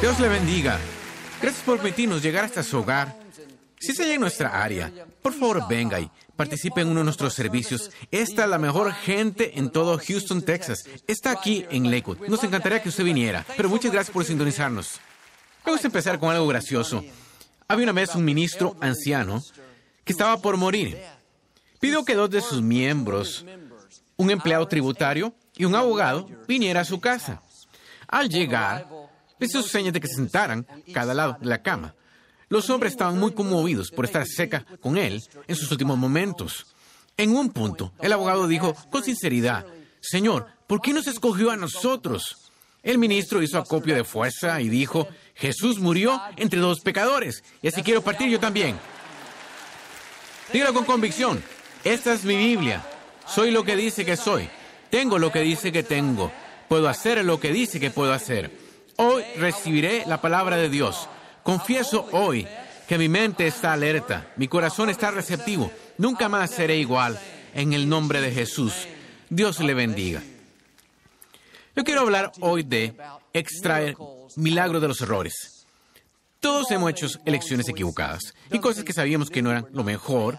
Dios le bendiga. Gracias por permitirnos llegar hasta su hogar. Si se halla en nuestra área, por favor venga y participe en uno de nuestros servicios. Esta es la mejor gente en todo Houston, Texas. Está aquí en Lakewood. Nos encantaría que usted viniera, pero muchas gracias por sintonizarnos. Me gusta empezar con algo gracioso. Había una vez un ministro anciano que estaba por morir. Pidió que dos de sus miembros, un empleado tributario y un abogado, viniera a su casa. Al llegar, les hizo señas de que se sentaran cada lado de la cama. Los hombres estaban muy conmovidos por estar cerca con él en sus últimos momentos. En un punto, el abogado dijo con sinceridad: «Señor, ¿por qué nos escogió a nosotros?» El ministro hizo acopio de fuerza y dijo: «Jesús murió entre dos pecadores, y así quiero partir yo también». Dígalo con convicción: «Esta es mi Biblia. Soy lo que dice que soy. Tengo lo que dice que tengo. Puedo hacer lo que dice que puedo hacer. Hoy recibiré la palabra de Dios. Confieso hoy que mi mente está alerta, mi corazón está receptivo. Nunca más seré igual. En el nombre de Jesús. Dios le bendiga». Yo quiero hablar hoy de extraer milagro de los errores. Todos hemos hecho elecciones equivocadas y cosas que sabíamos que no eran lo mejor.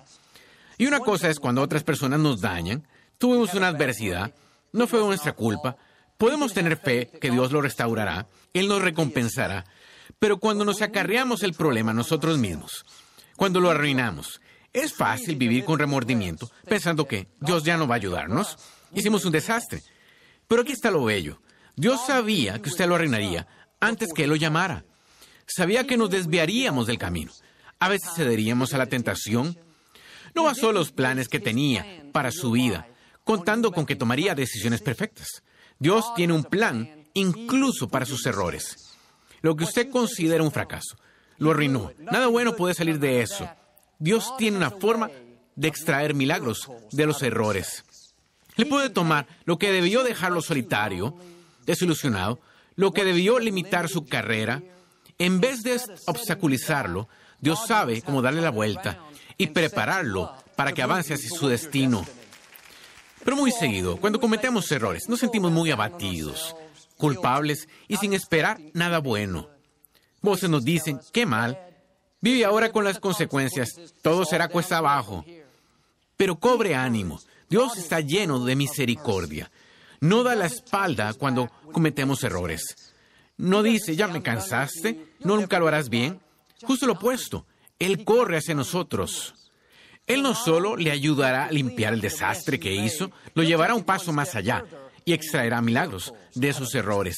Y una cosa es cuando otras personas nos dañan, tuvimos una adversidad, no fue nuestra culpa. Podemos tener fe que Dios lo restaurará, Él nos recompensará. Pero cuando nos acarreamos el problema nosotros mismos, cuando lo arruinamos, es fácil vivir con remordimiento, pensando que Dios ya no va a ayudarnos. Hicimos un desastre. Pero aquí está lo bello. Dios sabía que usted lo arruinaría antes que Él lo llamara. Sabía que nos desviaríamos del camino. A veces cederíamos a la tentación. No basó los planes que tenía para su vida, contando con que tomaría decisiones perfectas. Dios tiene un plan incluso para sus errores. Lo que usted considera un fracaso, lo arruinó. Nada bueno puede salir de eso. Dios tiene una forma de extraer milagros de los errores. Le puede tomar lo que debió dejarlo solitario, desilusionado, lo que debió limitar su carrera. En vez de obstaculizarlo, Dios sabe cómo darle la vuelta y prepararlo para que avance hacia su destino. Pero muy seguido, cuando cometemos errores, nos sentimos muy abatidos, culpables y sin esperar nada bueno. Voces nos dicen: «Qué mal, vive ahora con las consecuencias, todo será cuesta abajo». Pero cobre ánimo, Dios está lleno de misericordia. No da la espalda cuando cometemos errores. No dice: «Ya me cansaste, no, nunca lo harás bien». Justo lo opuesto, Él corre hacia nosotros. Él no solo le ayudará a limpiar el desastre que hizo, lo llevará un paso más allá y extraerá milagros de sus errores.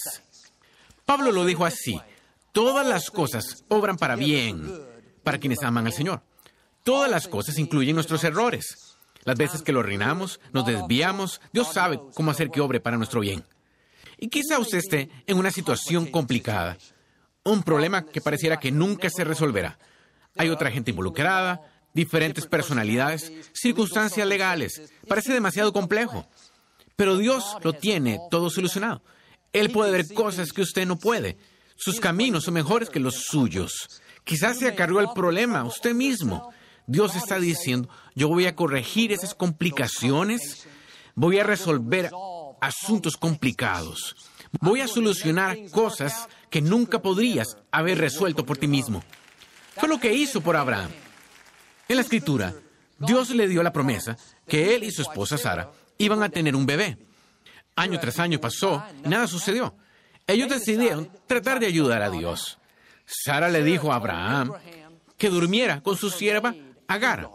Pablo lo dijo así: «Todas las cosas obran para bien para quienes aman al Señor». Todas las cosas incluyen nuestros errores. Las veces que lo arruinamos, nos desviamos, Dios sabe cómo hacer que obre para nuestro bien. Y quizá usted esté en una situación complicada, un problema que pareciera que nunca se resolverá. Hay otra gente involucrada, diferentes personalidades, circunstancias legales. Parece demasiado complejo. Pero Dios lo tiene todo solucionado. Él puede ver cosas que usted no puede. Sus caminos son mejores que los suyos. Quizás se acarreó el problema usted mismo. Dios está diciendo: «Yo voy a corregir esas complicaciones. Voy a resolver asuntos complicados. Voy a solucionar cosas que nunca podrías haber resuelto por ti mismo». Fue lo que hizo por Abraham. En la Escritura, Dios le dio la promesa que él y su esposa Sara iban a tener un bebé. Año tras año pasó y nada sucedió. Ellos decidieron tratar de ayudar a Dios. Sara le dijo a Abraham que durmiera con su sierva Agar.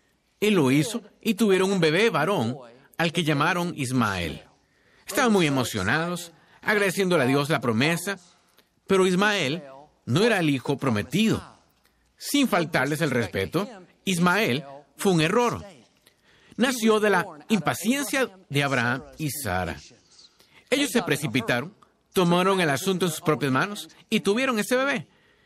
Él lo hizo y tuvieron un bebé varón al que llamaron Ismael. Estaban muy emocionados, agradeciéndole a Dios la promesa, pero Ismael no era el hijo prometido. Sin faltarles el respeto, Ismael fue un error. Nació de la impaciencia de Abraham y Sara. Ellos se precipitaron, tomaron el asunto en sus propias manos y tuvieron ese bebé.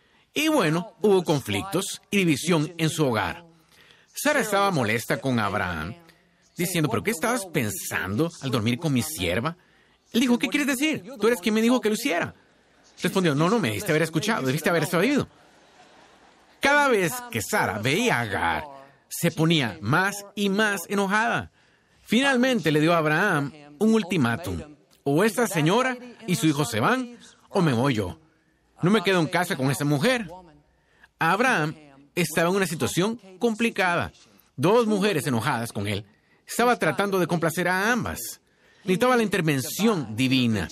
Y bueno, hubo conflictos y división en su hogar. Sara estaba molesta con Abraham, diciendo: «¿Pero qué estabas pensando al dormir con mi sierva?». Él dijo: «¿Qué quieres decir? Tú eres quien me dijo que lo hiciera». Respondió: «No, me debiste haber escuchado, debiste haber sabido». Cada vez que Sara veía a Agar, se ponía más y más enojada. Finalmente le dio a Abraham un ultimátum: o esta señora y su hijo se van, o me voy yo. No me quedo en casa con esa mujer. Abraham estaba en una situación complicada. 2 mujeres enojadas con él. Estaba tratando de complacer a ambas. Necesitaba la intervención divina.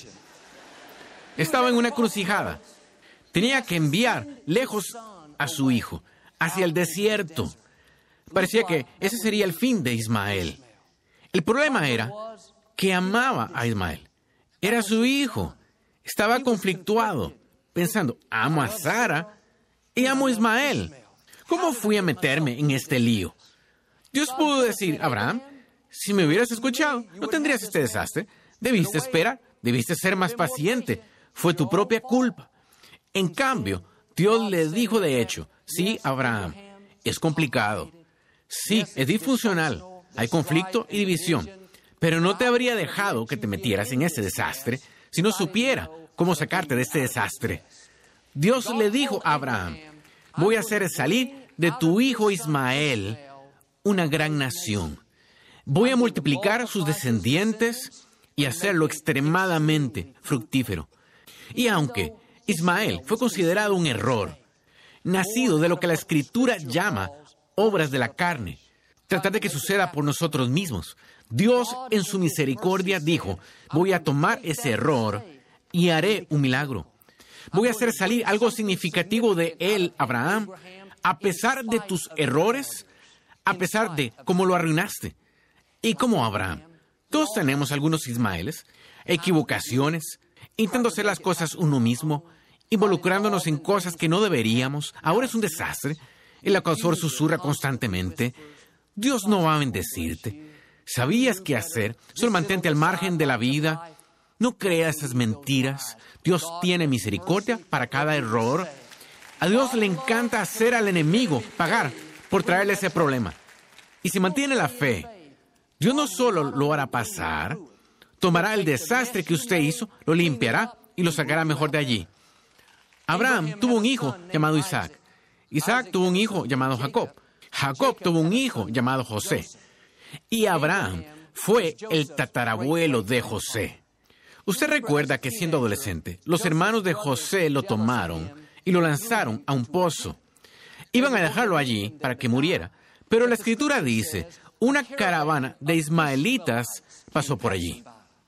Estaba en una encrucijada. Tenía que enviar lejos a su hijo, hacia el desierto. Parecía que ese sería el fin de Ismael. El problema era que amaba a Ismael. Era su hijo. Estaba conflictuado, pensando, amo a Sara y amo a Ismael. ¿Cómo fui a meterme en este lío? Dios pudo decir, Abraham, si me hubieras escuchado, no tendrías este desastre. Debiste esperar, debiste ser más paciente. Fue tu propia culpa. En cambio, Dios le dijo de hecho, sí, Abraham, es complicado. Sí, es disfuncional. Hay conflicto y división. Pero no te habría dejado que te metieras en ese desastre si no supiera cómo sacarte de este desastre. Dios le dijo a Abraham, voy a hacer salir de tu hijo Ismael una gran nación. Voy a multiplicar sus descendientes y hacerlo extremadamente fructífero. Y aunque Ismael fue considerado un error, nacido de lo que la Escritura llama obras de la carne, tratar de que suceda por nosotros mismos, Dios en su misericordia dijo, voy a tomar ese error y haré un milagro. Voy a hacer salir algo significativo de él, Abraham, a pesar de tus errores, a pesar de cómo lo arruinaste. Y como Abraham, todos tenemos algunos Ismaeles, equivocaciones, intentando hacer las cosas uno mismo, involucrándonos en cosas que no deberíamos. Ahora es un desastre. El acusador susurra constantemente. Dios no va a bendecirte. ¿Sabías qué hacer? Solo mantente al margen de la vida. No creas esas mentiras. Dios tiene misericordia para cada error. A Dios le encanta hacer al enemigo pagar por traerle ese problema. Y si mantiene la fe, Dios no solo lo hará pasar, tomará el desastre que usted hizo, lo limpiará y lo sacará mejor de allí. Abraham tuvo un hijo llamado Isaac. Isaac tuvo un hijo llamado Jacob. Jacob tuvo un hijo llamado José. Y Abraham fue el tatarabuelo de José. Usted recuerda que siendo adolescente, los hermanos de José lo tomaron y lo lanzaron a un pozo. Iban a dejarlo allí para que muriera, pero la Escritura dice, una caravana de ismaelitas pasó por allí.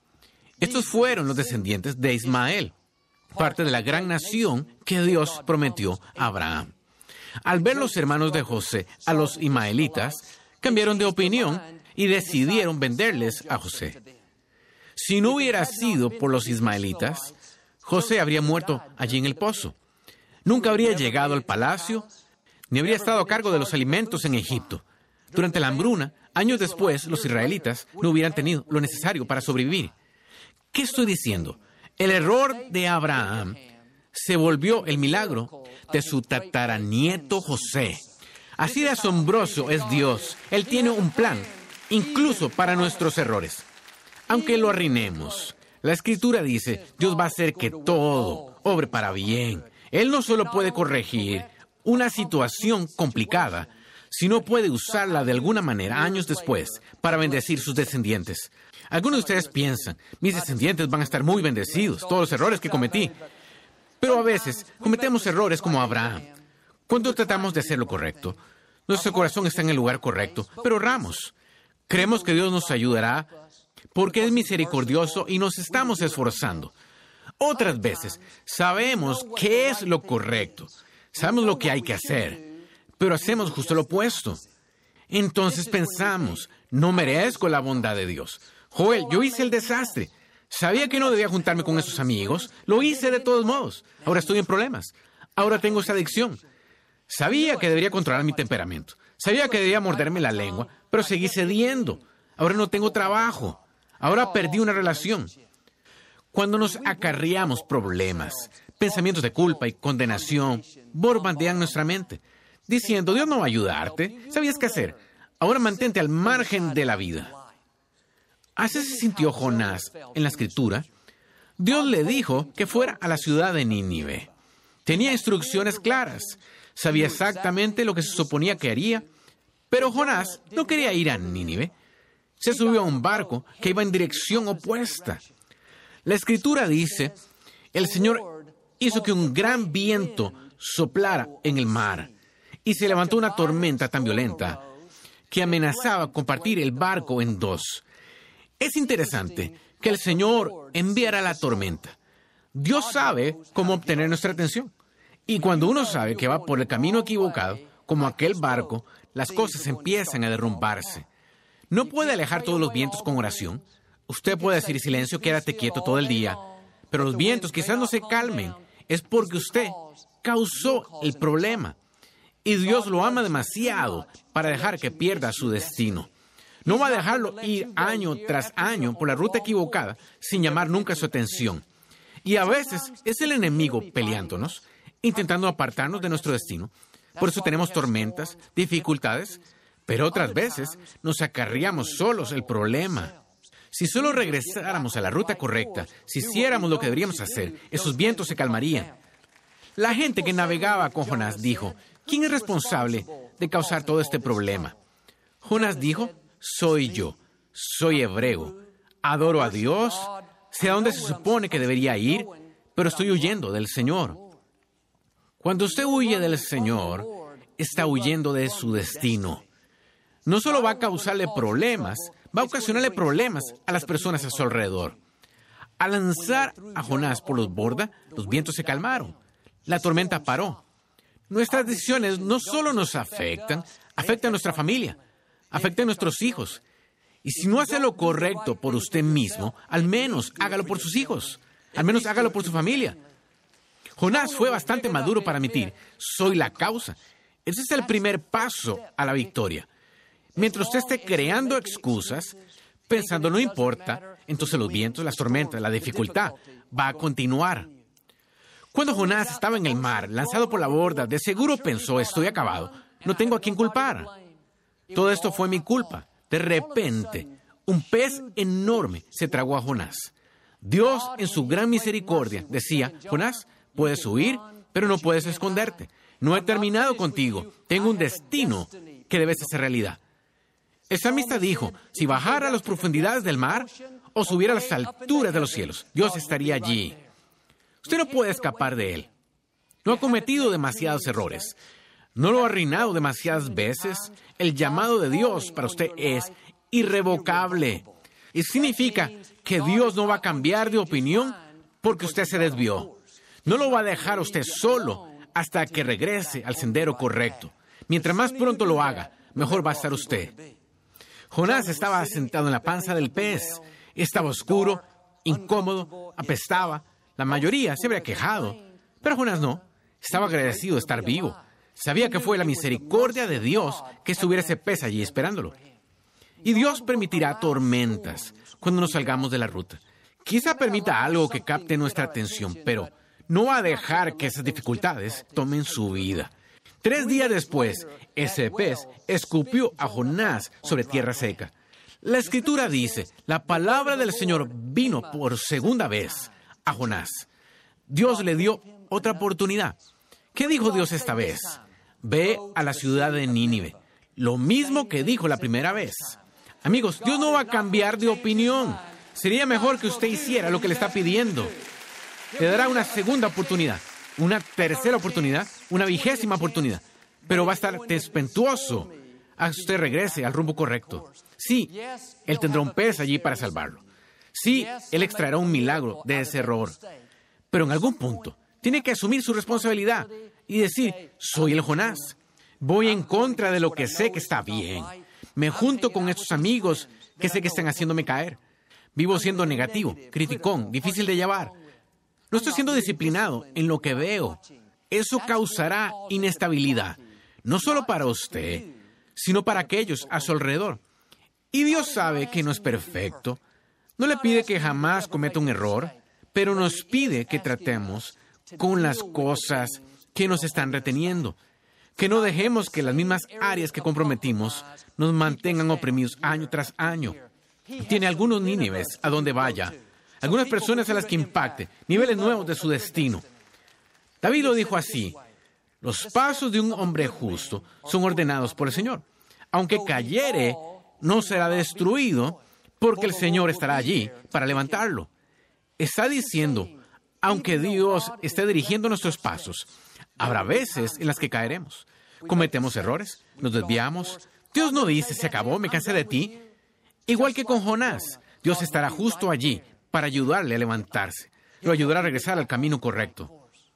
Estos fueron los descendientes de Ismael, parte de la gran nación que Dios prometió a Abraham. Al ver los hermanos de José a los ismaelitas, cambiaron de opinión y decidieron venderles a José. Si no hubiera sido por los ismaelitas, José habría muerto allí en el pozo. Nunca habría llegado al palacio, ni habría estado a cargo de los alimentos en Egipto. Durante la hambruna, años después, los israelitas no hubieran tenido lo necesario para sobrevivir. ¿Qué estoy diciendo? El error de Abraham se volvió el milagro de su tataranieto José. Así de asombroso es Dios. Él tiene un plan, incluso para nuestros errores. Aunque lo arruinemos, la Escritura dice, Dios va a hacer que todo obre para bien. Él no solo puede corregir una situación complicada, sino puede usarla de alguna manera años después para bendecir sus descendientes. Algunos de ustedes piensan, mis descendientes van a estar muy bendecidos, todos los errores que cometí. Pero a veces cometemos errores como Abraham. Cuando tratamos de hacer lo correcto, nuestro corazón está en el lugar correcto, pero erramos. Creemos que Dios nos ayudará porque es misericordioso y nos estamos esforzando. Otras veces sabemos qué es lo correcto, sabemos lo que hay que hacer, pero hacemos justo lo opuesto. Entonces pensamos, no merezco la bondad de Dios. Joel, yo hice el desastre. Sabía que no debía juntarme con esos amigos. Lo hice de todos modos. Ahora estoy en problemas. Ahora tengo esa adicción. Sabía que debería controlar mi temperamento. Sabía que debía morderme la lengua, pero seguí cediendo. Ahora no tengo trabajo. Ahora perdí una relación. Cuando nos acarreamos problemas, pensamientos de culpa y condenación bombardean nuestra mente, diciendo, Dios no va a ayudarte. ¿Sabías qué hacer? Ahora mantente al margen de la vida. Así se sintió Jonás en la Escritura. Dios le dijo que fuera a la ciudad de Nínive. Tenía instrucciones claras. Sabía exactamente lo que se suponía que haría. Pero Jonás no quería ir a Nínive. Se subió a un barco que iba en dirección opuesta. La Escritura dice, el Señor hizo que un gran viento soplara en el mar y se levantó una tormenta tan violenta que amenazaba con partir el barco en dos. Es interesante que el Señor enviara la tormenta. Dios sabe cómo obtener nuestra atención. Y cuando uno sabe que va por el camino equivocado, como aquel barco, las cosas empiezan a derrumbarse. No puede alejar todos los vientos con oración. Usted puede decir silencio, quédate quieto todo el día. Pero los vientos quizás no se calmen. Es porque usted causó el problema. Y Dios lo ama demasiado para dejar que pierda su destino. No va a dejarlo ir año tras año por la ruta equivocada sin llamar nunca su atención. Y a veces es el enemigo peleándonos, intentando apartarnos de nuestro destino. Por eso tenemos tormentas, dificultades, pero otras veces nos acarreamos solos el problema. Si solo regresáramos a la ruta correcta, si hiciéramos lo que deberíamos hacer, esos vientos se calmarían. La gente que navegaba con Jonás dijo, ¿quién es responsable de causar todo este problema? Jonás dijo, soy yo, soy hebreo, adoro a Dios, sé a dónde se supone que debería ir, pero estoy huyendo del Señor. Cuando usted huye del Señor, está huyendo de su destino. No solo va a causarle problemas, va a ocasionarle problemas a las personas a su alrededor. Al lanzar a Jonás por los borda, los vientos se calmaron. La tormenta paró. Nuestras decisiones no solo nos afectan, afectan a nuestra familia, afectan a nuestros hijos. Y si no hace lo correcto por usted mismo, al menos hágalo por sus hijos. Al menos hágalo por su familia. Jonás fue bastante maduro para admitir, soy la causa. Ese es el primer paso a la victoria. Mientras usted esté creando excusas, pensando no importa, entonces los vientos, las tormentas, la dificultad va a continuar. Cuando Jonás estaba en el mar, lanzado por la borda, de seguro pensó, estoy acabado, no tengo a quién culpar. Todo esto fue mi culpa. De repente, un pez enorme se tragó a Jonás. Dios, en su gran misericordia, decía, Jonás, puedes huir, pero no puedes esconderte. No he terminado contigo. Tengo un destino que debes hacer realidad. El salmista dijo, si bajara a las profundidades del mar o subiera a las alturas de los cielos, Dios estaría allí. Usted no puede escapar de Él. No ha cometido demasiados errores. No lo ha arruinado demasiadas veces. El llamado de Dios para usted es irrevocable. Y significa que Dios no va a cambiar de opinión porque usted se desvió. No lo va a dejar a usted solo hasta que regrese al sendero correcto. Mientras más pronto lo haga, mejor va a estar usted. Jonás estaba sentado en la panza del pez. Estaba oscuro, incómodo, apestaba. La mayoría se habría quejado, pero Jonás no. Estaba agradecido de estar vivo. Sabía que fue la misericordia de Dios que estuviera ese pez allí esperándolo. Y Dios permitirá tormentas cuando nos salgamos de la ruta. Quizá permita algo que capte nuestra atención, pero no va a dejar que esas dificultades tomen su vida. 3 días después, ese pez escupió a Jonás sobre tierra seca. La Escritura dice, la palabra del Señor vino por segunda vez a Jonás. Dios le dio otra oportunidad. ¿Qué dijo Dios esta vez? Ve a la ciudad de Nínive. Lo mismo que dijo la primera vez. Amigos, Dios no va a cambiar de opinión. Sería mejor que usted hiciera lo que le está pidiendo. Le dará una segunda oportunidad, una tercera oportunidad, una 20ª oportunidad. Pero va a estar tempestuoso a que usted regrese al rumbo correcto. Sí, Él tendrá un pez allí para salvarlo. Sí, Él extraerá un milagro de ese error. Pero en algún punto, tiene que asumir su responsabilidad y decir, soy el Jonás. Voy en contra de lo que sé que está bien. Me junto con estos amigos que sé que están haciéndome caer. Vivo siendo negativo, criticón, difícil de llevar. No estoy siendo disciplinado en lo que veo. Eso causará inestabilidad, no solo para usted, sino para aquellos a su alrededor. Y Dios sabe que no es perfecto. No le pide que jamás cometa un error, pero nos pide que tratemos con las cosas que nos están reteniendo. Que no dejemos que las mismas áreas que comprometimos nos mantengan oprimidos año tras año. Tiene algunos Nínives a donde vaya, algunas personas a las que impacte, niveles nuevos de su destino. David lo dijo así, los pasos de un hombre justo son ordenados por el Señor. Aunque cayere, no será destruido, porque el Señor estará allí para levantarlo. Está diciendo, Aunque Dios esté dirigiendo nuestros pasos, habrá veces en las que caeremos. Cometemos errores, nos desviamos. Dios no dice, se acabó, me cansé de ti. Igual que con Jonás, Dios estará justo allí para ayudarle a levantarse. Lo ayudará a regresar al camino correcto.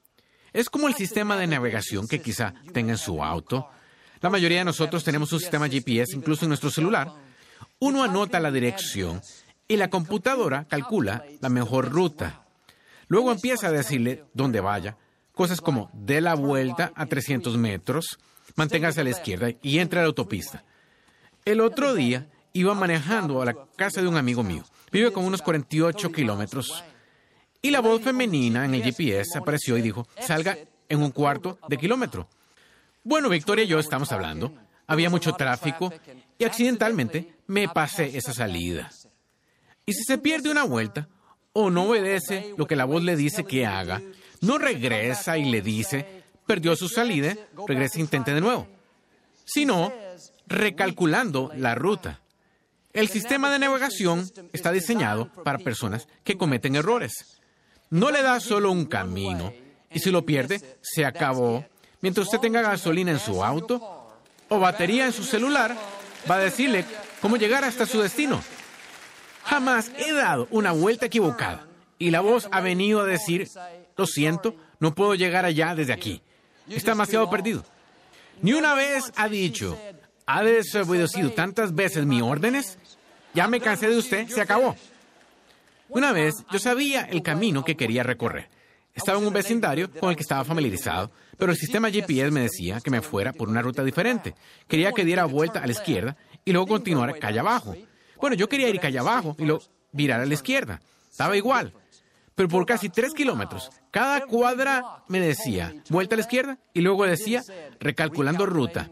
Es como el sistema de navegación que quizá tenga en su auto. La mayoría de nosotros tenemos un sistema GPS, incluso en nuestro celular. Uno anota la dirección y la computadora calcula la mejor ruta. Luego empieza a decirle dónde vaya. Cosas como, dé la vuelta a 300 metros, manténgase a la izquierda y entre a la autopista. El otro día iba manejando a la casa de un amigo mío. Vive con unos 48 kilómetros. Y la voz femenina en el GPS apareció y dijo, salga en un cuarto de kilómetro. Bueno, Victoria y yo estamos hablando. Había mucho tráfico y accidentalmente me pasé esa salida. Y si se pierde una vuelta o no obedece lo que la voz le dice que haga, no regresa y le dice, perdió su salida, regresa e intente de nuevo. Sino, recalculando la ruta. El sistema de navegación está diseñado para personas que cometen errores. No le da solo un camino, y si lo pierde, se acabó. Mientras usted tenga gasolina en su auto o batería en su celular, va a decirle cómo llegar hasta su destino. Jamás he dado una vuelta equivocada y la voz ha venido a decir, lo siento, no puedo llegar allá desde aquí. Está demasiado perdido. Ni una vez ha dicho, ¿ha desobedecido tantas veces mis órdenes? Ya me cansé de usted, se acabó. Una vez yo sabía el camino que quería recorrer. Estaba en un vecindario con el que estaba familiarizado, pero el sistema GPS me decía que me fuera por una ruta diferente. Quería que diera vuelta a la izquierda y luego continuara calle abajo. Bueno, yo quería ir calle abajo y luego virar a la izquierda. Estaba igual. Pero por casi 3 kilómetros, cada cuadra me decía, vuelta a la izquierda, y luego decía, recalculando ruta.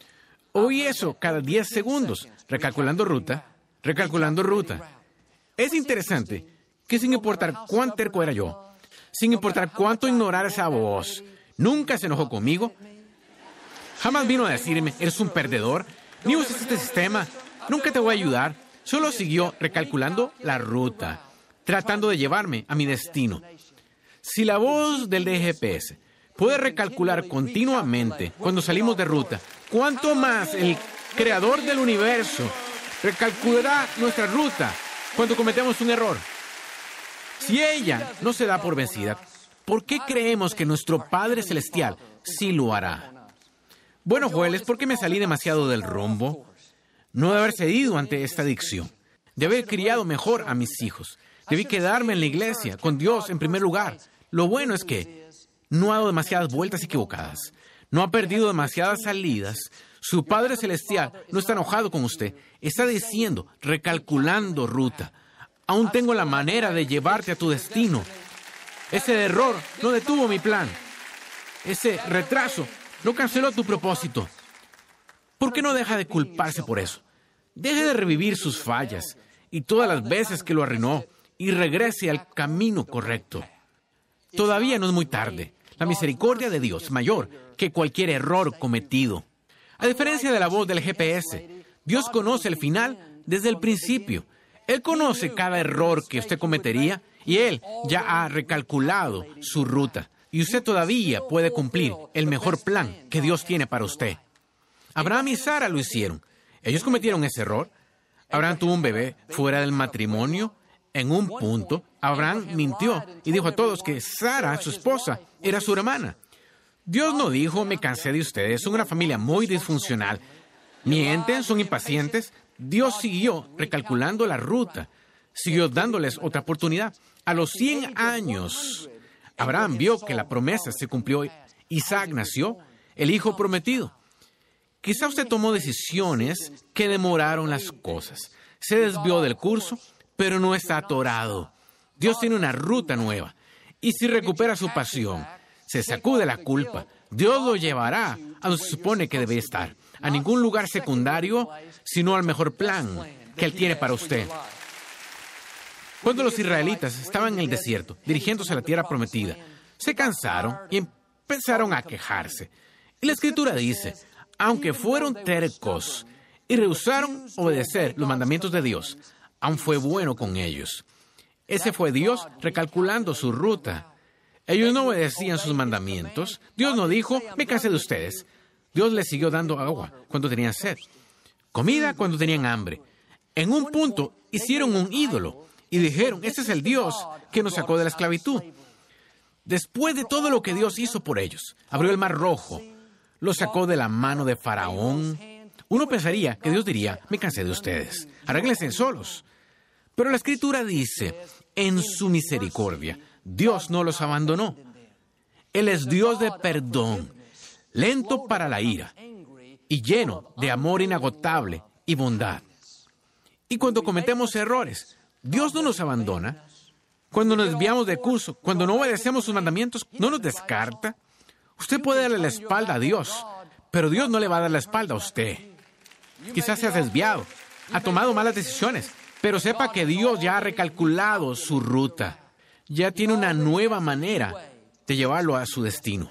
Oí eso cada 10 segundos, recalculando ruta, recalculando ruta. Es interesante que sin importar cuán terco era yo, sin importar cuánto ignorar esa voz, nunca se enojó conmigo, jamás vino a decirme, eres un perdedor, ni uses este sistema, nunca te voy a ayudar. Solo siguió recalculando la ruta, tratando de llevarme a mi destino. Si la voz del GPS puede recalcular continuamente cuando salimos de ruta, ¿cuánto más el creador del universo recalculará nuestra ruta cuando cometemos un error? Si ella no se da por vencida, ¿por qué creemos que nuestro Padre Celestial sí lo hará? Bueno, Joel, ¿es porque me salí demasiado del rumbo? No de haber cedido ante esta adicción, de haber criado mejor a mis hijos. Debí quedarme en la iglesia, con Dios en primer lugar. Lo bueno es que no ha dado demasiadas vueltas equivocadas. No ha perdido demasiadas salidas. Su Padre Celestial no está enojado con usted. Está diciendo, recalculando ruta. Aún tengo la manera de llevarte a tu destino. Ese error no detuvo mi plan. Ese retraso no canceló tu propósito. ¿Por qué no deja de culparse por eso? Deje de revivir sus fallas y todas las veces que lo arruinó y regrese al camino correcto. Todavía no es muy tarde. La misericordia de Dios es mayor que cualquier error cometido. A diferencia de la voz del GPS, Dios conoce el final desde el principio. Él conoce cada error que usted cometería y Él ya ha recalculado su ruta. Y usted todavía puede cumplir el mejor plan que Dios tiene para usted. Abraham y Sara lo hicieron. Ellos cometieron ese error. Abraham tuvo un bebé fuera del matrimonio. En un punto, Abraham mintió y dijo a todos que Sara, su esposa, era su hermana. Dios no dijo, me cansé de ustedes, son una familia muy disfuncional. Mienten, son impacientes. Dios siguió recalculando la ruta, siguió dándoles otra oportunidad. A los 100 años, Abraham vio que la promesa se cumplió. Isaac nació, el hijo prometido. Quizá usted tomó decisiones que demoraron las cosas. Se desvió del curso, pero no está atorado. Dios tiene una ruta nueva. Y si recupera su pasión, se sacude la culpa, Dios lo llevará a donde se supone que debe estar. A ningún lugar secundario, sino al mejor plan que Él tiene para usted. Cuando los israelitas estaban en el desierto, dirigiéndose a la tierra prometida, se cansaron y empezaron a quejarse. Y la Escritura dice, aunque fueron tercos y rehusaron obedecer los mandamientos de Dios, aún fue bueno con ellos. Ese fue Dios recalculando su ruta. Ellos no obedecían sus mandamientos. Dios no dijo, me cansé de ustedes. Dios les siguió dando agua cuando tenían sed, comida cuando tenían hambre. En un punto hicieron un ídolo y dijeron, este es el Dios que nos sacó de la esclavitud. Después de todo lo que Dios hizo por ellos, abrió el mar rojo, los sacó de la mano de Faraón. Uno pensaría que Dios diría, me cansé de ustedes, arréglense solos. Pero la Escritura dice, en su misericordia, Dios no los abandonó. Él es Dios de perdón, lento para la ira y lleno de amor inagotable y bondad. Y cuando cometemos errores, Dios no nos abandona. Cuando nos desviamos de curso, cuando no obedecemos sus mandamientos, no nos descarta. Usted puede darle la espalda a Dios, pero Dios no le va a dar la espalda a usted. Quizás se ha desviado, ha tomado malas decisiones, pero sepa que Dios ya ha recalculado su ruta. Ya tiene una nueva manera de llevarlo a su destino.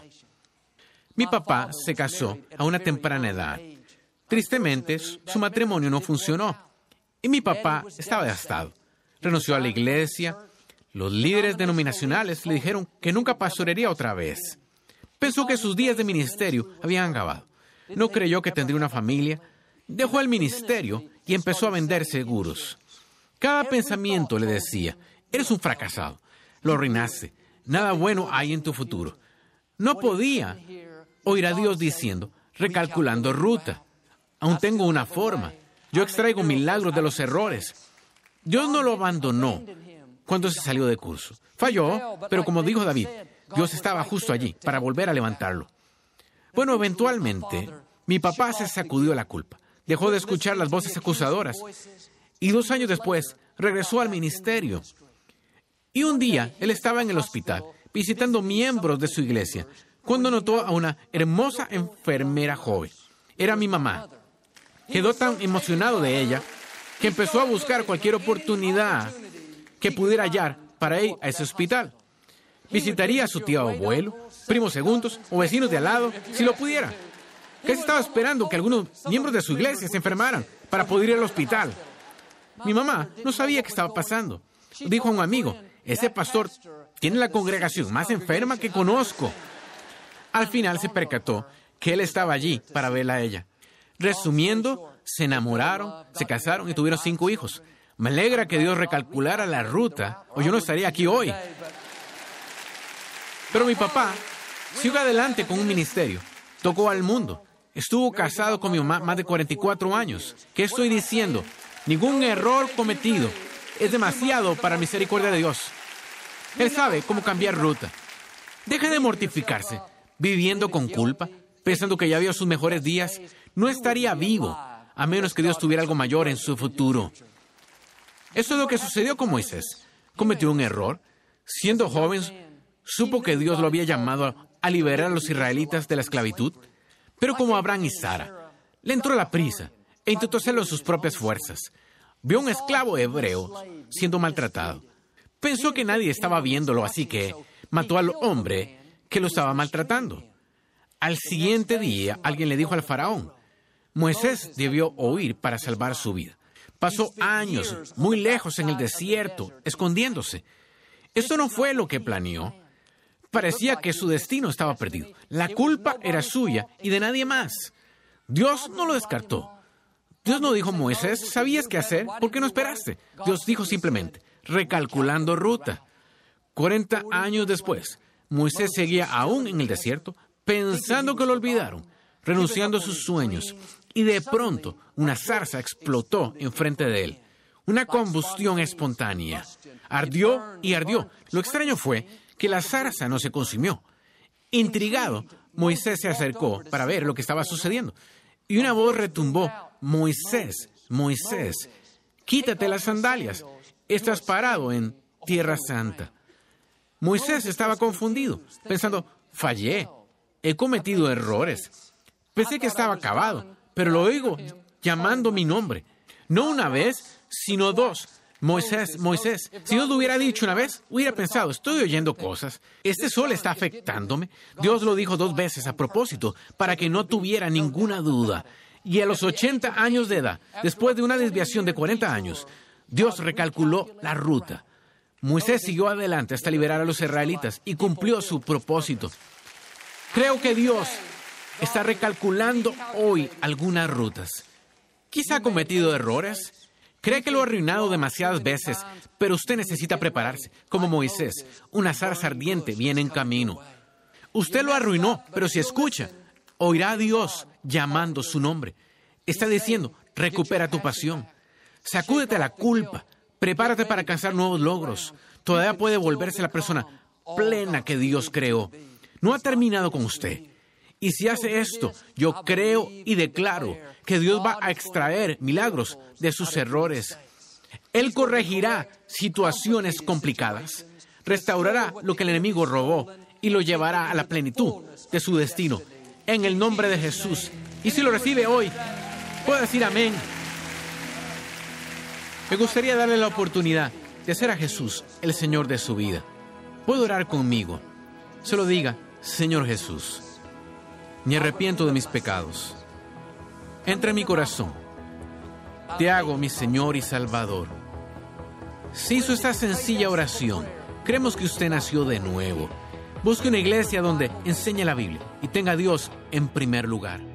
Mi papá se casó a una temprana edad. Tristemente, su matrimonio no funcionó. Y mi papá estaba devastado. Renunció a la iglesia. Los líderes denominacionales le dijeron que nunca pastorearía otra vez. Pensó que sus días de ministerio habían acabado. No creyó que tendría una familia. Dejó el ministerio y empezó a vender seguros. Cada pensamiento le decía, eres un fracasado, lo arruinaste, nada bueno hay en tu futuro. No podía oír a Dios diciendo, recalculando ruta. Aún tengo una forma. Yo extraigo milagros de los errores. Dios no lo abandonó cuando se salió de curso. Falló, pero como dijo David, Dios estaba justo allí para volver a levantarlo. Bueno, eventualmente, mi papá se sacudió la culpa. Dejó de escuchar las voces acusadoras. Y 2 años después, regresó al ministerio. Y un día, él estaba en el hospital, visitando miembros de su iglesia, cuando notó a una hermosa enfermera joven. Era mi mamá. Quedó tan emocionado de ella que empezó a buscar cualquier oportunidad que pudiera hallar para ir a ese hospital. Visitaría a su tío abuelo, primos segundos o vecinos de al lado, si lo pudiera. Casi estaba esperando que algunos miembros de su iglesia se enfermaran para poder ir al hospital. Mi mamá no sabía qué estaba pasando. Dijo a un amigo, ese pastor tiene la congregación más enferma que conozco. Al final se percató que él estaba allí para verla a ella. Resumiendo, se enamoraron, se casaron y tuvieron 5 hijos. Me alegra que Dios recalculara la ruta, o yo no estaría aquí hoy. Pero mi papá siguió adelante con un ministerio. Tocó al mundo. Estuvo casado con mi mamá más de 44 años. ¿Qué estoy diciendo? Ningún error cometido es demasiado para la misericordia de Dios. Él sabe cómo cambiar ruta. Deje de mortificarse, viviendo con culpa, pensando que ya vio sus mejores días. No estaría vivo, a menos que Dios tuviera algo mayor en su futuro. Eso es lo que sucedió con Moisés. Cometió un error. Siendo joven, supo que Dios lo había llamado a liberar a los israelitas de la esclavitud. Pero como Abraham y Sara, le entró la prisa e intentó hacerlo en sus propias fuerzas. Vio a un esclavo hebreo siendo maltratado. Pensó que nadie estaba viéndolo, así que mató al hombre que lo estaba maltratando. Al siguiente día, alguien le dijo al faraón, Moisés debió huir para salvar su vida. Pasó años muy lejos en el desierto, escondiéndose. Esto no fue lo que planeó. Parecía que su destino estaba perdido. La culpa era suya y de nadie más. Dios no lo descartó. Dios no dijo, Moisés, ¿sabías qué hacer? ¿Por qué no esperaste? Dios dijo simplemente, recalculando ruta. 40 años después, Moisés seguía aún en el desierto, pensando que lo olvidaron, renunciando a sus sueños, y de pronto una zarza explotó enfrente de él. Una combustión espontánea. Ardió y ardió. Lo extraño fue que la zarza no se consumió. Intrigado, Moisés se acercó para ver lo que estaba sucediendo. Y una voz retumbó, Moisés, Moisés, quítate las sandalias. Estás parado en Tierra Santa. Moisés estaba confundido, pensando, fallé, he cometido errores. Pensé que estaba acabado, pero lo oigo llamando mi nombre. No una vez, sino 2. Moisés, Moisés. Si Dios lo hubiera dicho una vez, hubiera pensado, estoy oyendo cosas. Este sol está afectándome. Dios lo dijo 2 veces a propósito, para que no tuviera ninguna duda. Y a los 80 años de edad, después de una desviación de 40 años, Dios recalculó la ruta. Moisés siguió adelante hasta liberar a los israelitas y cumplió su propósito. Creo que Dios está recalculando hoy algunas rutas. Quizá ha cometido errores. Cree que lo ha arruinado demasiadas veces, pero usted necesita prepararse. Como Moisés, una zarza ardiente viene en camino. Usted lo arruinó, pero si escucha, oirá a Dios llamando su nombre. Está diciendo, recupera tu pasión. Sacúdete la culpa. Prepárate para alcanzar nuevos logros. Todavía puede volverse la persona plena que Dios creó. No ha terminado con usted. Y si hace esto, yo creo y declaro que Dios va a extraer milagros de sus errores. Él corregirá situaciones complicadas, restaurará lo que el enemigo robó y lo llevará a la plenitud de su destino. En el nombre de Jesús. Y si lo recibe hoy, puede decir amén. Me gustaría darle la oportunidad de hacer a Jesús el Señor de su vida. ¿Puede orar conmigo? Solo diga, Señor Jesús, me arrepiento de mis pecados. Entra en mi corazón. Te hago mi Señor y Salvador. Si hizo esta sencilla oración, creemos que usted nació de nuevo. Busque una iglesia donde enseñe la Biblia y tenga a Dios en primer lugar.